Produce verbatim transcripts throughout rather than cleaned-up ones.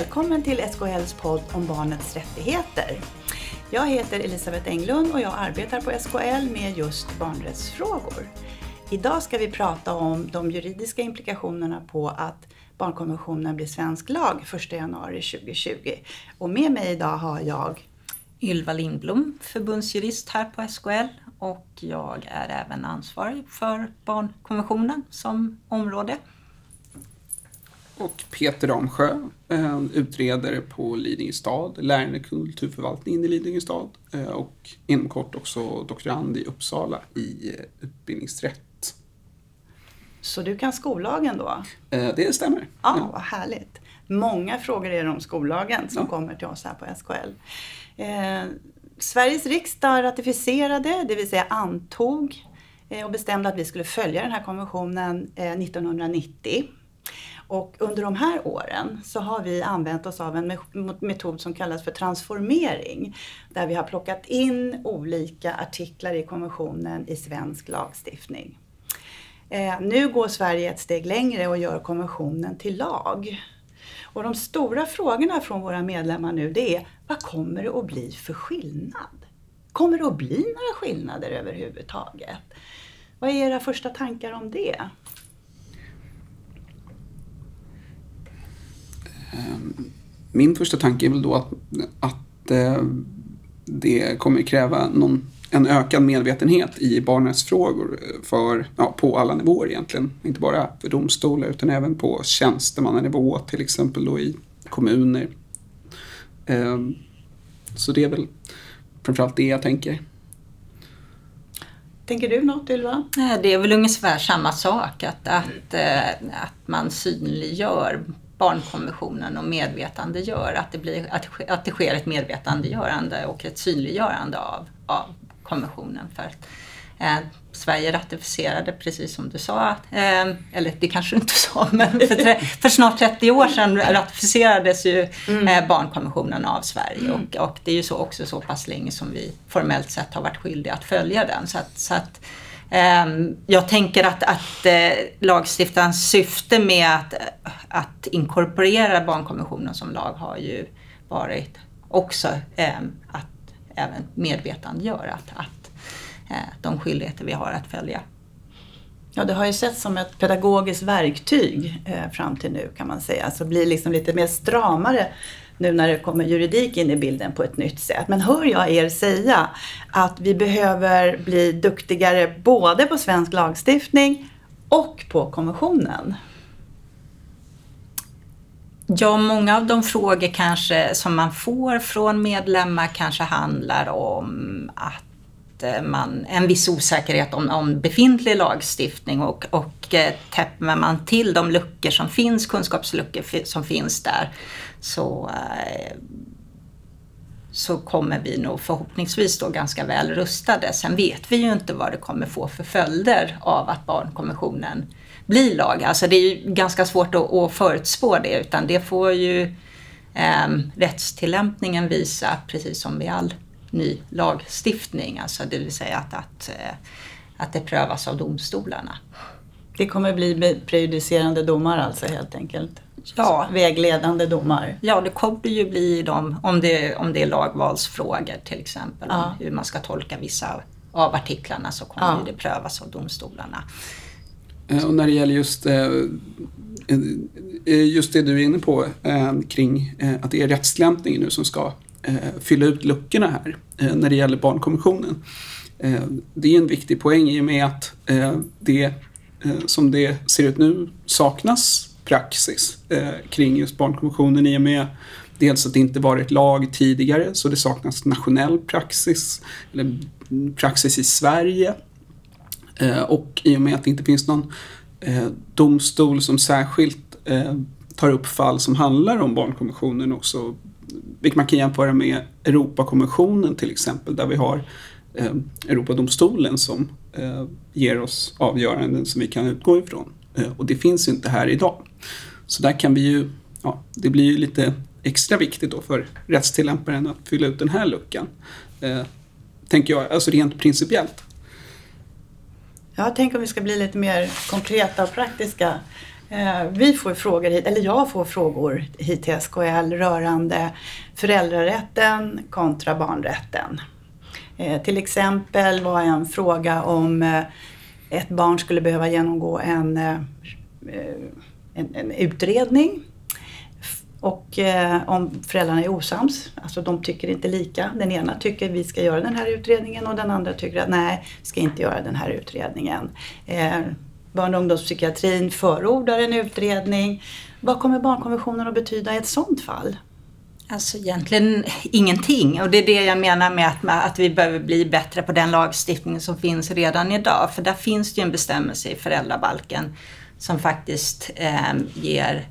Välkommen till S K L:s podd om barnets rättigheter. Jag heter Elisabeth Englund och jag arbetar på S K L med just barnrättsfrågor. Idag ska vi prata om de juridiska implikationerna på att barnkonventionen blir svensk lag första januari tjugohundratjugo. Och med mig idag har jag Ylva Lindblom, förbundsjurist här på S K L, och jag är även ansvarig för barnkonventionen som område. Och Peter Ramsjö, utredare på Lidingö stad, lärare i kulturförvaltningen i Lidingö stad och inom kort också doktorand i Uppsala i utbildningsrätt. Så du kan skollagen då? Det stämmer. Ja, ja. Vad härligt. Många frågor är det om skollagen som ja. kommer till oss här på S K L. Eh, Sveriges riksdag ratificerade, det vill säga antog eh, och bestämde att vi skulle följa den här konventionen eh, nittonhundranittio. Och under de här åren så har vi använt oss av en metod som kallas för transformering. Där vi har plockat in olika artiklar i konventionen i svensk lagstiftning. Eh, nu går Sverige ett steg längre och gör konventionen till lag. Och de stora frågorna från våra medlemmar nu, det är: vad kommer det att bli för skillnad? Kommer det att bli några skillnader överhuvudtaget? Vad är era första tankar om det? Min första tanke är väl då att, att det kommer kräva någon, en ökad medvetenhet i barnrättsfrågor för, ja, på alla nivåer egentligen. Inte bara för domstolar utan även på tjänstemannanivå, till exempel då i kommuner. Så det är väl framförallt det jag tänker. Tänker du något, Ylva? Det är väl ungefär samma sak, att, att, att man synliggör barnkonventionen och medvetandegör, att det, blir, att, att det sker ett medvetandegörande och ett synliggörande av, av konventionen. För att, eh, Sverige ratificerade, precis som du sa, eh, eller det kanske du inte sa, men för, tre, för snart trettio år sedan ratificerades ju mm. eh, barnkonventionen av Sverige. Mm. Och, och det är ju så också så pass länge som vi formellt sett har varit skyldiga att följa den. Så att, så att jag tänker att, att lagstiftarens syfte med att, att inkorporera barnkonventionen som lag har ju varit också att även medvetandegöra att, att de skyldigheter vi har att följa. Ja, det har ju sett som ett pedagogiskt verktyg eh, fram till nu, kan man säga. Så blir liksom lite mer stramare nu när det kommer juridik in i bilden på ett nytt sätt. Men hör jag er säga att vi behöver bli duktigare både på svensk lagstiftning och på konventionen? Ja, många av de frågor kanske som man får från medlemmar kanske handlar om att man, en viss osäkerhet om, om befintlig lagstiftning och, och eh, täpper man till de luckor som finns, kunskapsluckor som finns där, så, eh, så kommer vi nog förhoppningsvis då ganska väl rustade. Sen vet vi ju inte vad det kommer få för följder av att barnkonventionen blir lag. Alltså det är ju ganska svårt att, att förutspå det, utan det får ju eh, rättstillämpningen visa, precis som vid all ny lagstiftning, alltså det vill säga att, att, att det prövas av domstolarna. Det kommer bli prejudicerande domar alltså helt enkelt? Ja. Vägledande domar? Ja, det kommer ju bli de, om det, om det är lagvalsfrågor till exempel, ja. om hur man ska tolka vissa av artiklarna, så kommer ja. det prövas av domstolarna. Och när det gäller just, just det du är inne på kring att det är rättstillämpningen nu som ska fylla ut luckorna här när det gäller barnkonventionen. Det är en viktig poäng i och med att det som det ser ut nu saknas praxis kring just barnkonventionen, i och med dels att det inte varit lag tidigare, så det saknas nationell praxis eller praxis i Sverige, och i och med att det inte finns någon domstol som särskilt tar upp fall som handlar om barnkonventionen också, vilket man kan jämföra med Europakonventionen till exempel, där vi har eh, Europadomstolen som eh, ger oss avgöranden som vi kan utgå ifrån. Eh, och det finns ju inte här idag. Så där kan vi ju, ja, det blir ju lite extra viktigt då för rättstillämparen att fylla ut den här luckan. Eh, tänker jag, alltså rent principiellt. Jag tänker om vi ska bli lite mer konkreta och praktiska. Vi får frågor hit, eller jag får frågor hit till S K L rörande föräldrarätten kontra barnrätten. Till exempel var en fråga om ett barn skulle behöva genomgå en, en, en utredning. Och eh, om föräldrarna är osams, alltså de tycker inte lika. Den ena tycker vi ska göra den här utredningen och den andra tycker att nej, vi ska inte göra den här utredningen. Eh, barn- och ungdomspsykiatrin förordar en utredning. Vad kommer barnkonventionen att betyda i ett sådant fall? Alltså egentligen ingenting, och det är det jag menar med att, att vi behöver bli bättre på den lagstiftning som finns redan idag. För där finns det ju en bestämmelse i föräldrabalken som faktiskt eh, ger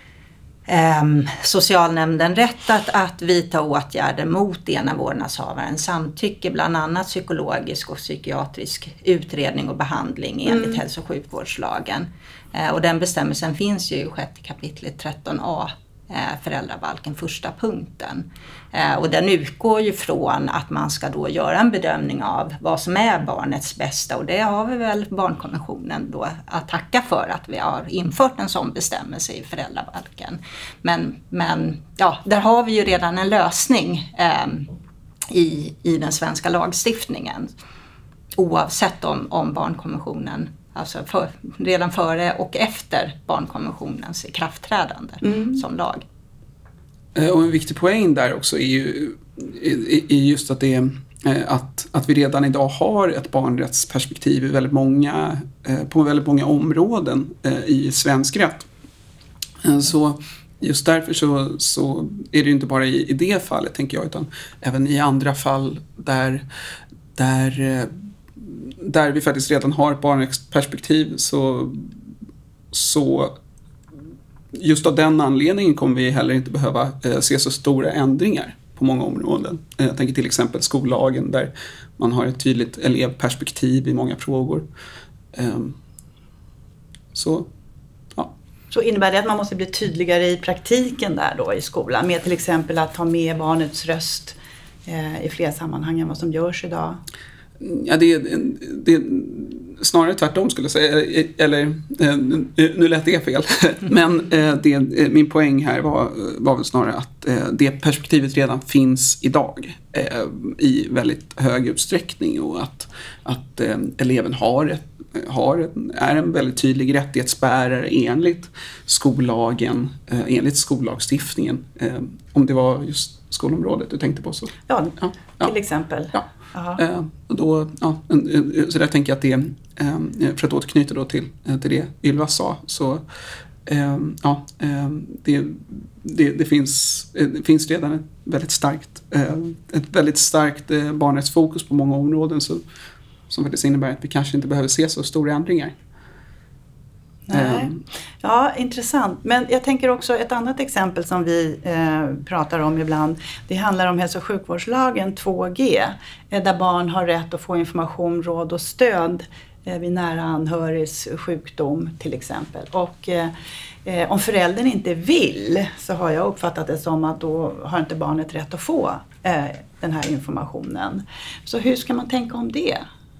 Um, socialnämnden rätt att, att vidta åtgärder mot ena vårdnadshavaren, samtycke, bland annat psykologisk och psykiatrisk utredning och behandling enligt mm. hälso- och sjukvårdslagen. Uh, och den bestämmelsen finns ju i sjätte kapitlet tretton a uh, föräldrabalken, första punkten. Uh, och den utgår ju från att man ska då göra en bedömning av vad som är barnets bästa, och det har vi väl barnkonventionen då att tacka för att vi har infört en sån bestämmelse i föräldrabalken. Men, men ja, där har vi ju redan en lösning eh, i, i den svenska lagstiftningen, oavsett om, om barnkonventionen, alltså för, redan före och efter barnkonventionens ikraftträdande mm. som lag. Och en viktig poäng där också är ju är just att, det är, att, att vi redan idag har ett barnrättsperspektiv i väldigt många, på väldigt många områden i svensk rätt. Så just därför så, så är det inte bara i, i det fallet, tänker jag, utan även i andra fall där, där, där vi faktiskt redan har ett barnrättsperspektiv, så, så just av den anledningen kommer vi heller inte behöva eh, se så stora ändringar på många områden. Eh, jag tänker till exempel skollagen, där man har ett tydligt elevperspektiv i många frågor. Eh, så, ja. Så innebär det att man måste bli tydligare i praktiken där då i skolan, med till exempel att ta med barnets röst eh, i fler sammanhang än vad som görs idag? Ja, det är, det är snarare tvärtom, skulle jag säga. Eller, nu lät det fel. Men det, min poäng här var, var väl snarare att det perspektivet redan finns idag i väldigt hög utsträckning, och att, att eleven har, ett, har är en väldigt tydlig rättighetsbärare enligt skollagen, enligt skollagstiftningen. Om det var just skolområdet du tänkte på så. Ja, ja, till ja. exempel. Ja. Eh, och då, ja, så där tänker jag att det, eh, för att återknyta då till, till det Ylva sa, så eh, ja, eh, det, det, det, finns, det finns redan ett väldigt starkt, eh, ett väldigt starkt eh, barnrättsfokus på många områden, så, som faktiskt innebär att vi kanske inte behöver se så stora ändringar. Nej. Ja, intressant. Men jag tänker också ett annat exempel som vi eh, pratar om ibland. Det handlar om hälso- och sjukvårdslagen två G. Eh, där barn har rätt att få information, råd och stöd eh, vid nära anhörigs sjukdom till exempel. Och eh, eh, om föräldern inte vill, så har jag uppfattat det som att då har inte barnet rätt att få eh, den här informationen. Så hur ska man tänka om det?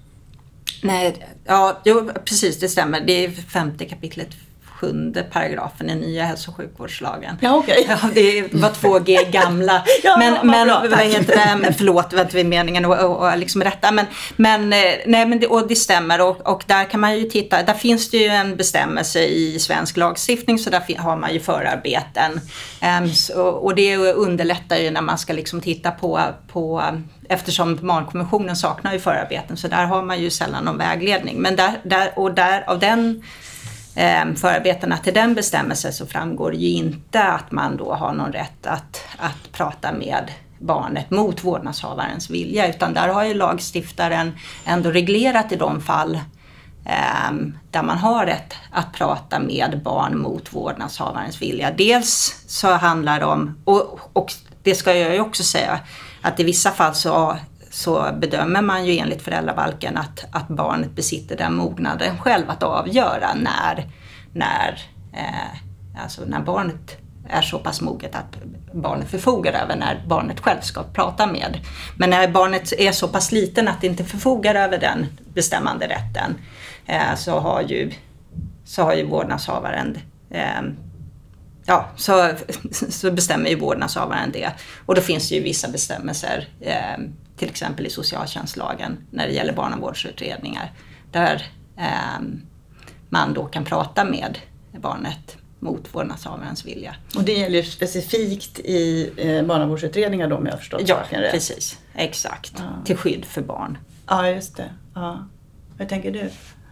Nej, ja, jo, precis, det stämmer. Det är femte kapitlet, sjunde paragrafen i nya hälso- och sjukvårdslagen. Ja, okej. Okay. Ja, det var två G gamla. Ja, men vad men bra, vad heter det? Förlåt, vet vi meningen och, och, och liksom rätta. Men, men, nej, men det, och det stämmer. Och, och där kan man ju titta, där finns det ju en bestämmelse i svensk lagstiftning, så där har man ju förarbeten. Um, så, och det underlättar ju när man ska liksom titta på, på eftersom barnkonventionen saknar ju förarbeten, så där har man ju sällan någon vägledning. Men där, där, och där, av den eh, förarbetena till den bestämmelsen så framgår ju inte att man då har någon rätt att, att prata med barnet mot vårdnadshavarens vilja, utan där har ju lagstiftaren ändå reglerat i de fall eh, där man har rätt att prata med barn mot vårdnadshavarens vilja. Dels så handlar det om, och, och det ska jag ju också säga, att i vissa fall så, så bedömer man ju enligt föräldrabalken att, att barnet besitter den mognaden själv att avgöra när, när, eh, alltså när barnet är så pass moget att barnet förfogar över, när barnet själv ska prata med. Men när barnet är så pass liten att det inte förfogar över den bestämmande rätten, eh, så har ju så har ju vårdnadshavaren eh, ja, så, så bestämmer ju vårdnadshavaren det. Och då finns det ju vissa bestämmelser, eh, till exempel i socialtjänstlagen när det gäller barnavårdsutredningar, där eh, man då kan prata med barnet mot vårdnadshavarens vilja. Och det gäller specifikt i eh, barnavårdsutredningar då, om jag har förstått ja, saken rätt? Precis. Exakt. Ja. Till skydd för barn. Ja, just det. Ja. Vad tänker du?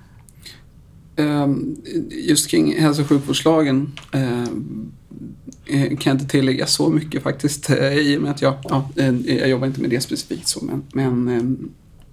Just kring hälso- och sjukvårdslagen kan jag inte tillägga så mycket faktiskt, i och med att jag, ja, jag jobbar inte med det specifikt så, men, men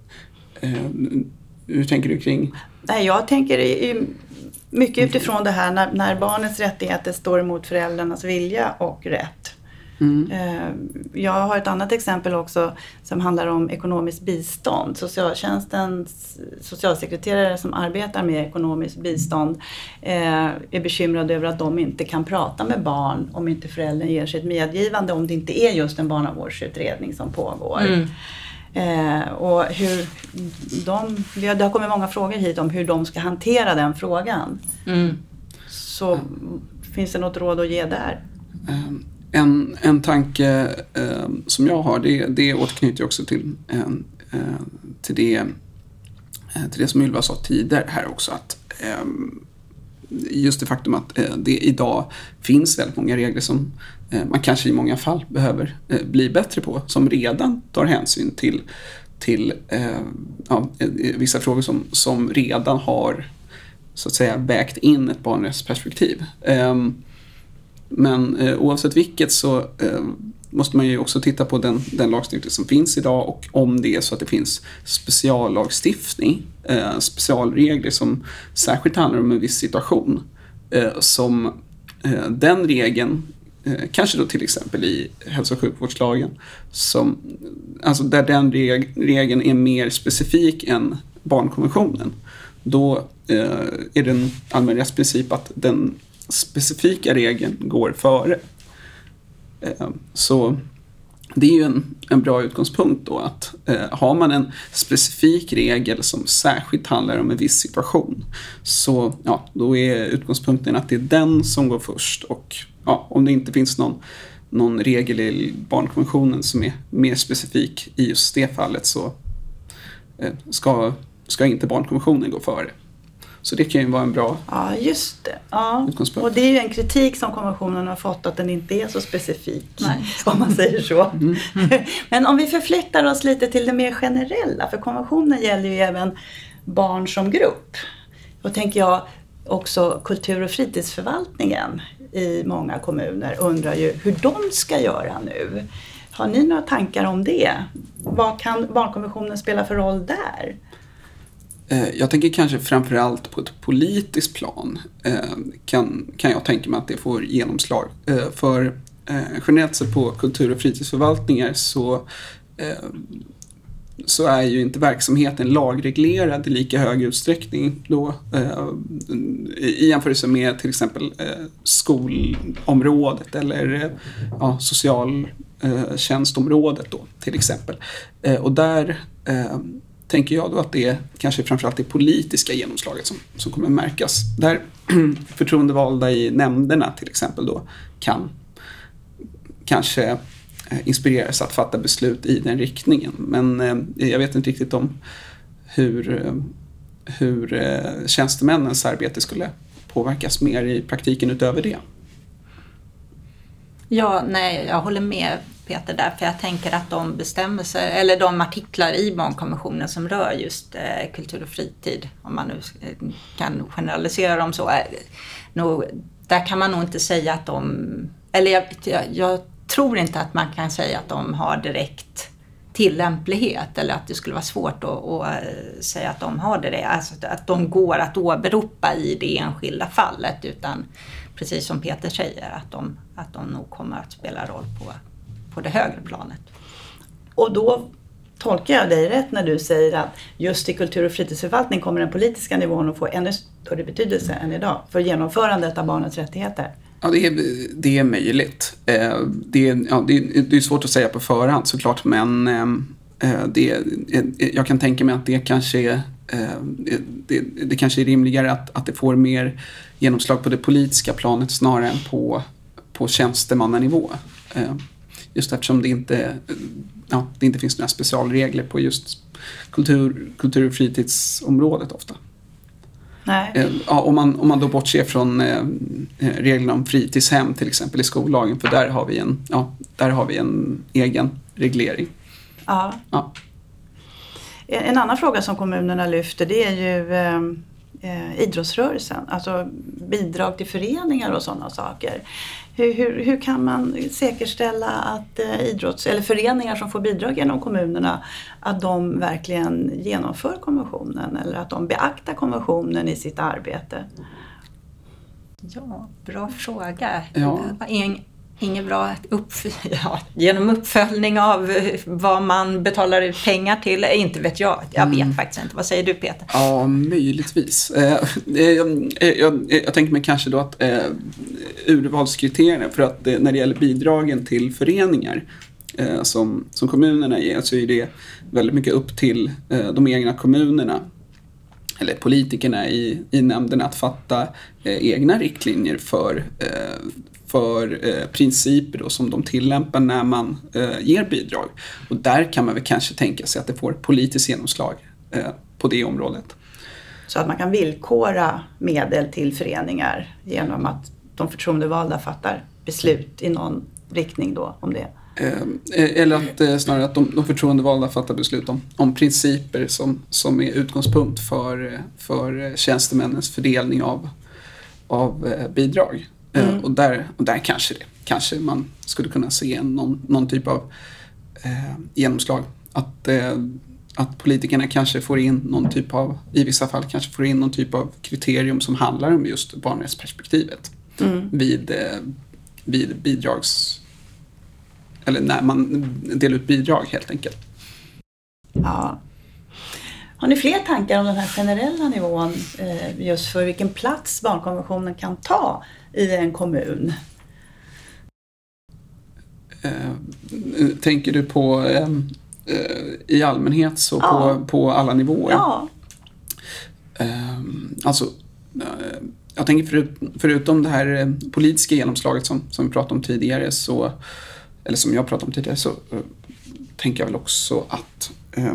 hur tänker du kring? Nej, jag tänker i, mycket utifrån det här när, när barnets rättigheter står emot föräldrarnas vilja och rätt. Mm. Jag har ett annat exempel också som handlar om ekonomiskt bistånd. Socialtjänstens socialsekreterare som arbetar med ekonomiskt bistånd är bekymrade över att de inte kan prata med barn om inte föräldern ger sig ett medgivande, om det inte är just en barnavårdsutredning som pågår. Mm. Eh, och hur de, det har kommit många frågor hit om hur de ska hantera den frågan. Mm. Så mm. finns det något råd att ge där? Um. En, en tanke eh, som jag har, det, det återknyter också till, eh, till, det, eh, till det som Ylva sa tidigare här också. Att, eh, just det faktum att eh, det idag finns väldigt många regler som eh, man kanske i många fall behöver eh, bli bättre på. Som redan tar hänsyn till, till eh, ja, vissa frågor som, som redan har så att säga vägt in ett barnrättsperspektiv. Eh, Men eh, oavsett vilket så eh, måste man ju också titta på den, den lagstiftning som finns idag, och om det är så att det finns speciallagstiftning, eh, specialregler som särskilt handlar om en viss situation, eh, som eh, den regeln, eh, kanske då till exempel i hälso- och sjukvårdslagen, som, alltså där den reg- regeln är mer specifik än barnkonventionen, då eh, är det en allmän rättsprincip att den specifika regeln går före. Så det är ju en, en bra utgångspunkt då, att eh, har man en specifik regel som särskilt handlar om en viss situation, så ja, då är utgångspunkten att det är den som går först, och ja, om det inte finns någon, någon regel i barnkonventionen som är mer specifik i just det fallet, så eh, ska, ska inte barnkonventionen gå före. Så det kan ju vara en bra ja, just det. Ja. utgångspunkt. Och det är ju en kritik som konventionen har fått, att den inte är så specifik. Nej. Om man säger så. Mm. Mm. Men om vi förflyttar oss lite till det mer generella. För konventionen gäller ju även barn som grupp. Då tänker jag också kultur- och fritidsförvaltningen i många kommuner undrar ju hur de ska göra nu. Har ni några tankar om det? Vad kan barnkonventionen spela för roll där? Jag tänker kanske framförallt på ett politiskt plan kan, kan jag tänka mig att det får genomslag. För generellt sett på kultur- och fritidsförvaltningar så, så är ju inte verksamheten lagreglerad i lika hög utsträckning då, i jämförelse med till exempel skolområdet eller ja, socialtjänstområdet då, till exempel. Och där tänker jag då att det är kanske framförallt det politiska genomslaget som, som kommer märkas. Där förtroendevalda i nämnderna till exempel då kan kanske inspireras att fatta beslut i den riktningen. Men eh, jag vet inte riktigt om hur, hur eh, tjänstemännens arbete skulle påverkas mer i praktiken utöver det. Ja, nej, jag håller med Peter där, för jag tänker att de bestämmelser eller de artiklar i barnkonventionen som rör just eh, kultur och fritid, om man nu kan generalisera dem så, är, nog, där kan man nog inte säga att de, eller jag, jag, jag tror inte att man kan säga att de har direkt tillämplighet, eller att det skulle vara svårt att, att säga att de har det, alltså att de går att åberopa i det enskilda fallet, utan precis som Peter säger, att de, att de nog kommer att spela roll på, på det högre planet. Och då tolkar jag dig rätt när du säger att just i kultur- och fritidsförvaltning kommer den politiska nivån att få ännu större betydelse än idag för genomförandet av barnets rättigheter? Ja, det är, det är möjligt. Det är, ja, det, är, det är svårt att säga på förhand såklart, men det, jag kan tänka mig att det kanske är det, det kanske är rimligare att, att det får mer genomslag på det politiska planet snarare än på, på tjänstemannanivå. Just eftersom det inte, ja, det inte finns några specialregler på just kultur, kultur- och fritidsområdet ofta. Nej. Ja, om, man, om man då bortser från eh, reglerna om fritidshem till exempel i skollagen, för där har vi en, ja, där har vi en egen reglering. Ja. Ja. En annan fråga som kommunerna lyfter, det är ju eh, idrottsrörelsen, alltså bidrag till föreningar och sådana saker. Hur, hur, hur kan man säkerställa att eh, idrotts, eller föreningar som får bidrag genom kommunerna, att de verkligen genomför konventionen eller att de beaktar konventionen i sitt arbete? Ja, bra fråga. Ja. Ing, inget bra upp, ja, genom uppföljning av vad man betalar ut pengar till, inte vet jag. Jag vet mm. faktiskt inte. Vad säger du, Peter? Ja, möjligtvis. Eh, jag, jag, jag tänker mig kanske då att eh, urvalskriterier för att eh, när det gäller bidragen till föreningar eh, som, som kommunerna ger, så är det väldigt mycket upp till eh, de egna kommunerna eller politikerna i, i nämnden att fatta eh, egna riktlinjer för eh, för eh, principer då, som de tillämpar när man eh, ger bidrag. Och där kan man väl kanske tänka sig att det får politiskt genomslag eh, på det området. Så att man kan villkora medel till föreningar genom att de förtroendevalda fattar beslut i någon riktning då om det. Eh, eller att eh, snarare att de, de förtroendevalda fattar beslut om, om principer som, som är utgångspunkt för, för tjänstemännens fördelning av, av eh, bidrag. Mm. Och, där, och där kanske det kanske man skulle kunna se en, någon, någon typ av eh, genomslag. Att, eh, att politikerna kanske får in någon typ av, i vissa fall kanske får in någon typ av kriterium som handlar om just barnrättsperspektivet mm. vid, eh, vid bidrags, eller när man delar ut bidrag helt enkelt. Ja. Har ni fler tankar om den här generella nivån eh, just för vilken plats barnkonventionen kan ta i en kommun? Eh, tänker du på eh, i allmänhet så ja. på, på alla nivåer? Ja. Eh, alltså, eh, jag tänker förut, förutom det här politiska genomslaget som, som vi pratade om tidigare, så, eller som jag pratade om tidigare, så eh, tänker jag väl också att eh,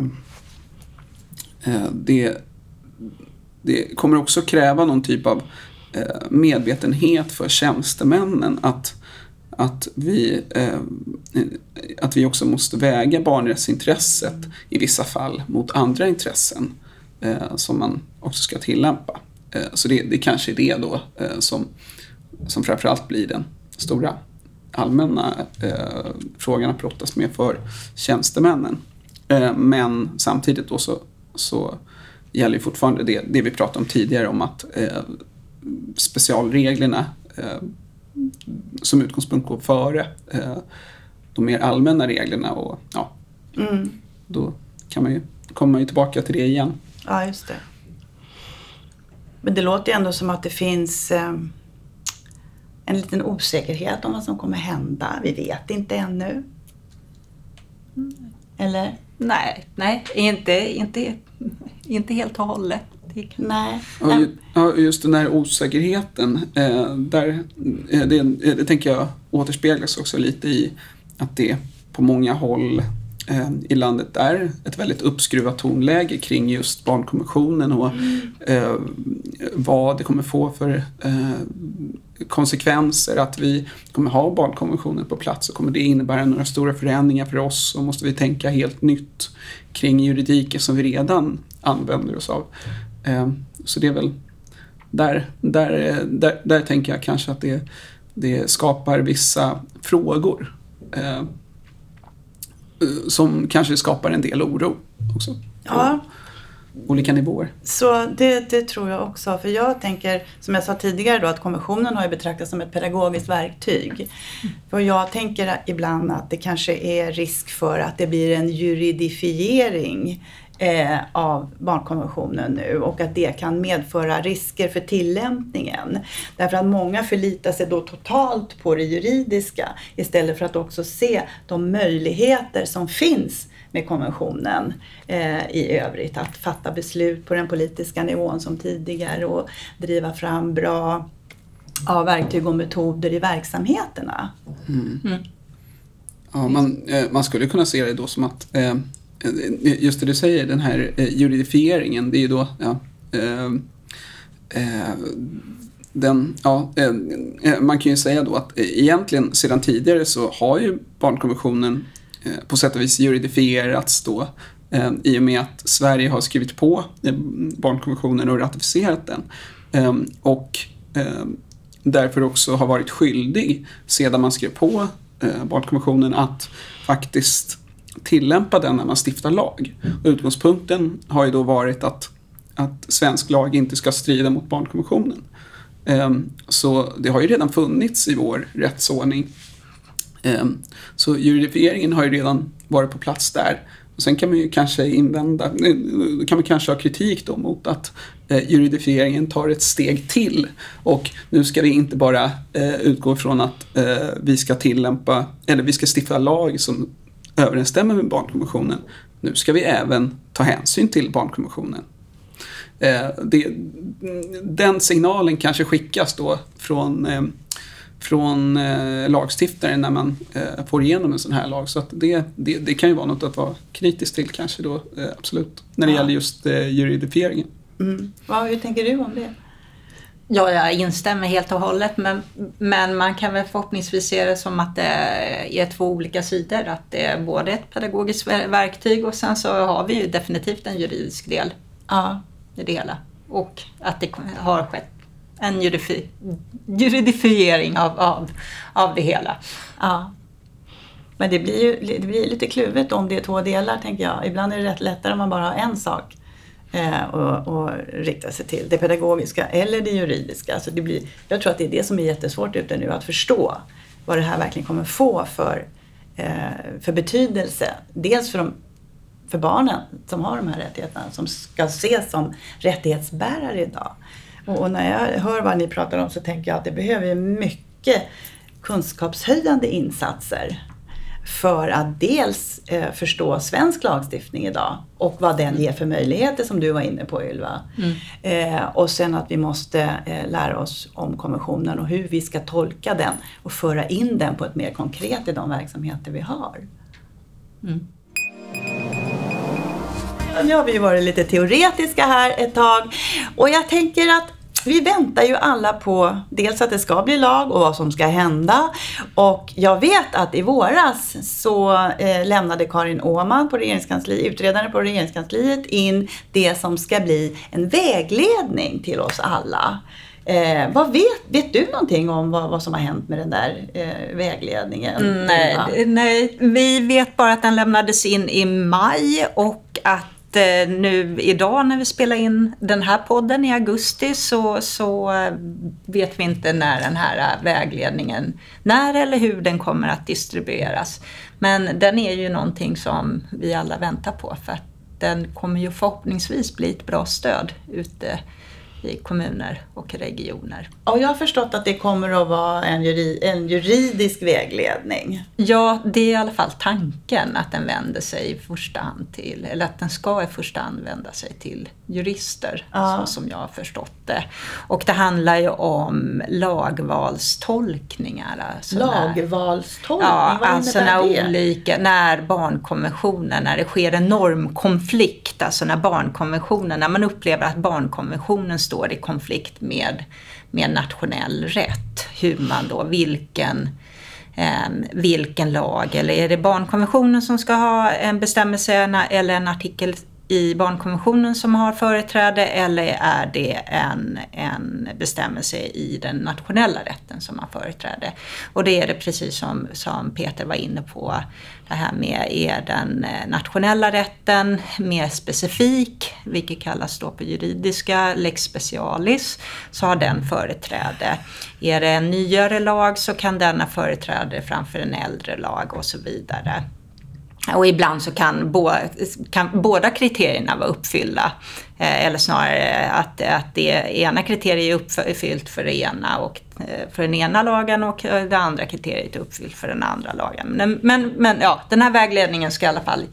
det, det kommer också kräva någon typ av medvetenhet för tjänstemännen att, att, vi, att vi också måste väga barnrättsintresset i vissa fall mot andra intressen som man också ska tillämpa. Så det, det kanske är det då som, som framförallt blir den stora allmänna frågan att brottas med för tjänstemännen. Men samtidigt då så så gäller ju fortfarande det, det vi pratade om tidigare om att eh, specialreglerna eh, som utgångspunkt går före eh, de mer allmänna reglerna och ja, mm. då kan man ju, kommer man ju tillbaka till det igen. Ja, just det. Men det låter ju ändå som att det finns eh, en liten osäkerhet om vad som kommer hända. Vi vet inte ännu. Mm. Eller? Nej, nej, inte, inte, inte helt och hållet. Kan... Nej. Ja, just den här osäkerheten, där, det, det tänker jag återspeglas också lite i att det på många håll i landet är ett väldigt uppskruvat tonläge kring just barnkonventionen och mm. eh, vad det kommer få för eh, konsekvenser att vi kommer ha barnkonventionen på plats och kommer det innebära några stora förändringar för oss och måste vi tänka helt nytt kring juridiken som vi redan använder oss av. Eh, så det är väl där, där, där, där tänker jag kanske att det, det skapar vissa frågor eh, som kanske skapar en del oro också. Ja. Olika nivåer. Så det, det tror jag också. För jag tänker, som jag sa tidigare då, att konventionen har ju betraktats som ett pedagogiskt verktyg. Mm. För jag tänker ibland att det kanske är risk för att det blir en juridifiering eh, av barnkonventionen nu. Och att det kan medföra risker för tillämpningen. Därför att många förlitar sig då totalt på det juridiska istället för att också se de möjligheter som finns med konventionen eh, i övrigt. Att fatta beslut på den politiska nivån som tidigare och driva fram bra ja, verktyg och metoder i verksamheterna. Mm. Mm. Ja, man, eh, man skulle kunna se det då som att eh, just det du säger, den här eh, juridifieringen, det är ju då ja, eh, eh, den, ja, eh, man kan ju säga då att eh, egentligen sedan tidigare så har ju barnkonventionen eh, på sätt och vis juridifierats då eh, i och med att Sverige har skrivit på eh, barnkonventionen och ratificerat den eh, och eh, därför också har varit skyldig sedan man skrev på eh, barnkonventionen att faktiskt tillämpa den när man stiftar lag. Och utgångspunkten har ju då varit att, att svensk lag inte ska strida mot barnkonventionen. Um, så det har ju redan funnits i vår rättsordning. Um, så juridifieringen har ju redan varit på plats där. Och sen kan man ju kanske invända, kan man kanske ha kritik då mot att eh, juridifieringen tar ett steg till. Och nu ska vi inte bara eh, utgå från att eh, vi ska tillämpa, eller vi ska stifta lag som överensstämmer med barnkonventionen. Nu ska vi även ta hänsyn till barnkonventionen. Eh, det, den signalen kanske skickas då från, eh, från eh, lagstiftaren när man eh, får igenom en sån här lag. Så att det, det, det kan ju vara något att vara kritisk till kanske då, eh, absolut, när det ja. gäller just eh, juridifieringen. Mm. Ja, hur tänker du om det? Ja, jag instämmer helt och hållet, men, men man kan väl förhoppningsvis se det som att det är två olika sidor. Att det är både ett pedagogiskt verktyg och sen så har vi ju definitivt en juridisk del ja. i det hela. Och att det har skett en juridifi- juridifiering av, av, av det hela. Ja. Men det blir ju det blir lite kluvet om det är två delar, tänker jag. Ibland är det rätt lättare om man bara har en sak. Och, och rikta sig till det pedagogiska eller det juridiska. Alltså det blir, jag tror att det är det som är jättesvårt ute nu, att förstå vad det här verkligen kommer få för, för betydelse. Dels för, de, för barnen som har de här rättigheterna, som ska ses som rättighetsbärare idag. Och, och när jag hör vad ni pratar om så tänker jag att det behöver mycket kunskapshöjande insatser för att dels eh, förstå svensk lagstiftning idag och vad den ger för möjligheter, som du var inne på, Ylva. Mm. Eh, och sen att vi måste eh, lära oss om konventionen och hur vi ska tolka den och föra in den på ett mer konkret i de verksamheter vi har. Mm. Nu har vi ju varit lite teoretiska här ett tag och jag tänker att vi väntar ju alla på dels att det ska bli lag och vad som ska hända. Och jag vet att i våras så eh, lämnade Karin Åhman, på regeringskansliet, utredare på regeringskansliet, in det som ska bli en vägledning till oss alla. Eh, vad vet, vet du någonting om vad, vad som har hänt med den där eh, vägledningen? Nej, nej, vi vet bara att den lämnades in i maj och att nu idag när vi spelar in den här podden i augusti så, så vet vi inte när den här vägledningen, när eller hur den kommer att distribueras. Men den är ju någonting som vi alla väntar på, för att den kommer ju förhoppningsvis bli ett bra stöd ute i kommuner och regioner. Och jag har förstått att det kommer att vara en, juri, en juridisk vägledning. Ja, det är i alla fall tanken att den vänder sig i första hand till, eller att den ska i första hand vända sig till jurister, ja. Så som jag har förstått det. Och det handlar ju om lagvalstolkningar. Alltså lagvalstolkning? Ja, alltså när olika, när barnkonventionen, när det sker en normkonflikt, alltså när barnkonventionen, när man upplever att barnkonventionen står i konflikt med, med nationell rätt. Hur man då, vilken, eh, vilken lag, eller är det barnkonventionen som ska ha en bestämmelse eller en artikel i barnkonventionen som har företräde, eller är det en, en bestämmelse i den nationella rätten som har företräde? Och det är det precis som, som Peter var inne på, det här med, är den nationella rätten mer specifik, vilket kallas då på juridiska lex specialis, så har den företräde. Är det en nyare lag så kan den ha företräde framför en äldre lag och så vidare. Och ibland så kan, bo, kan båda kriterierna vara uppfyllda. Eh, eller snarare att, att det ena kriteriet är uppfyllt för det ena och för den ena lagen och det andra kriteriet är uppfyllt för den andra lagen. Men, men, men ja, den här vägledningen ska i alla fall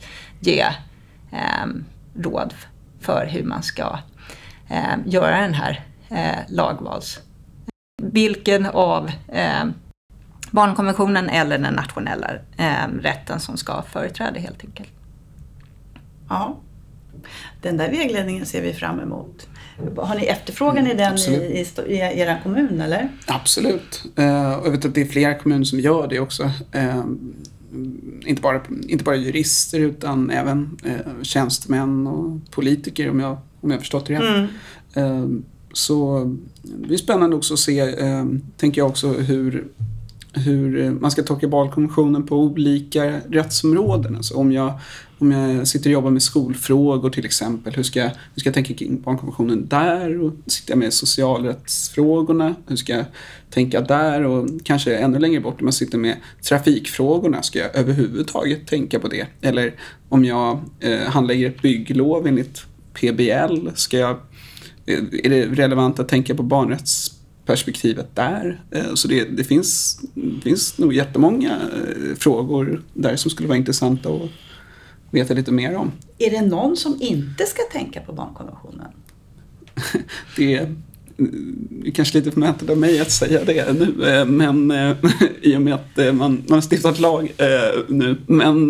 ge eh, råd för hur man ska eh, göra den här eh, lagvals. Vilken av eh, barnkonventionen eller den nationella eh, rätten som ska företräda helt enkelt. Ja, den där vägledningen ser vi fram emot. Har ni efterfrågan i den i, i, i er kommun eller? Absolut. Uh, jag vet att det är flera kommuner som gör det också. Uh, inte, bara, inte bara jurister utan även uh, tjänstemän och politiker om jag, om jag förstått det rätt. Mm. Uh, så det är spännande också att se, uh, tänker jag också, hur hur man ska tolka barnkonventionen på olika rättsområden. Alltså om jag, om jag sitter och jobbar med skolfrågor till exempel, hur ska, hur ska jag tänka kring barnkonventionen där? Och sitter jag med socialrättsfrågorna, hur ska jag tänka där? Och kanske ännu längre bort, om jag sitter med trafikfrågorna, ska jag överhuvudtaget tänka på det? Eller om jag eh, handlägger ett bygglov enligt P B L, ska jag, är det relevant att tänka på barnrätts perspektivet där. Så det, det finns, det finns nog jättemånga frågor där som skulle vara intressanta att veta lite mer om. Är det någon som inte ska tänka på barnkonventionen? Det är, det är kanske lite förmätet av mig att säga det nu, men i och med att man, man har stiftat lag nu. Men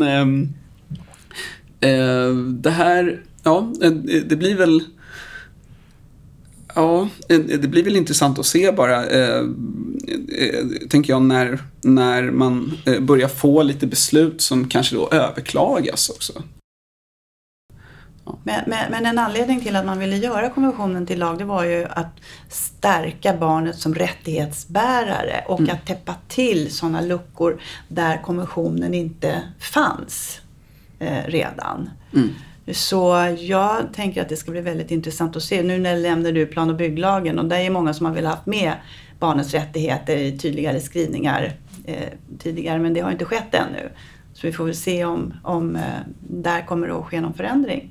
det här, ja, det blir väl Ja, det blir väl intressant att se bara, eh, eh, tänker jag, när, när man eh, börjar få lite beslut som kanske då överklagas också. Ja. Men, men, men en anledning till att man ville göra konventionen till lag, det var ju att stärka barnet som rättighetsbärare och mm. att täppa till sådana luckor där konventionen inte fanns eh, redan. Mm. Så jag tänker att det ska bli väldigt intressant att se. Nu när nämner du plan- och bygglagen, och där är många som har velat ha med barnets rättigheter i tydligare skrivningar eh, tidigare, men det har inte skett ännu. Så vi får väl se om, om eh, där kommer det att ske någon förändring.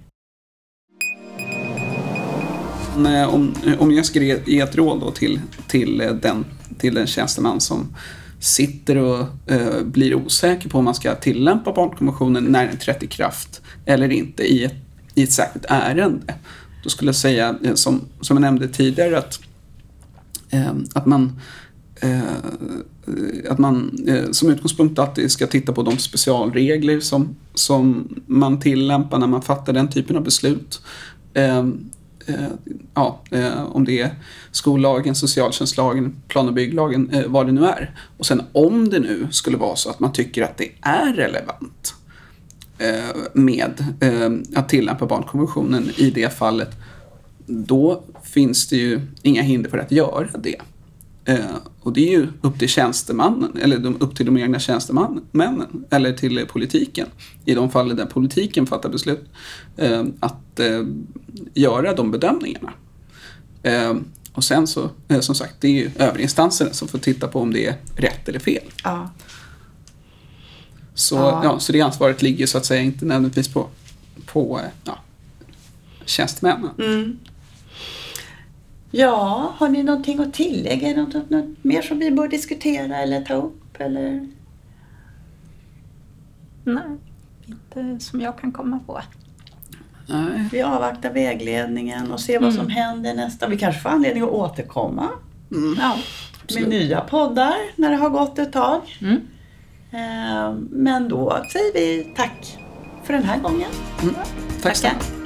Om, om jag ska ge ett råd då till, till, den, till den tjänsteman som sitter och eh, blir osäker på om man ska tillämpa barnkonventionen när den trätt i kraft eller inte i ett, i ett särskilt ärende. Då skulle jag säga, eh, som, som jag nämnde tidigare, att, eh, att man, eh, att man eh, som utgångspunkt alltid ska titta på de specialregler som, som man tillämpar när man fattar den typen av beslut. Eh, Eh, ja, eh, om det är skollagen, socialtjänstlagen, plan- och bygglagen, eh, vad det nu är. Och sen om det nu skulle vara så att man tycker att det är relevant eh, med eh, att tillämpa barnkonventionen i det fallet, då finns det ju inga hinder för att göra det. Eh, och det är ju upp till tjänstemannen, eller de, upp till de egna tjänstemännen, eller till politiken, i de fall där politiken fattar beslut, eh, att eh, göra de bedömningarna. Eh, och sen så, eh, som sagt, det är ju överinstanserna som får titta på om det är rätt eller fel. Ja. Så, ja. Ja, så det ansvaret ligger så att säga inte nödvändigtvis på, på ja, tjänstemännen. Mm. Ja, har ni någonting att tillägga? Är det något, något mer som vi bör diskutera eller ta upp? Eller? Nej, inte som jag kan komma på. Nej. Vi avvaktar vägledningen och ser vad mm. som händer nästa. Vi kanske får anledning att återkomma Mm. ja, med nya poddar när det har gått ett tag. Mm. Men då säger vi tack för den här gången. Mm. Tack. Tackar.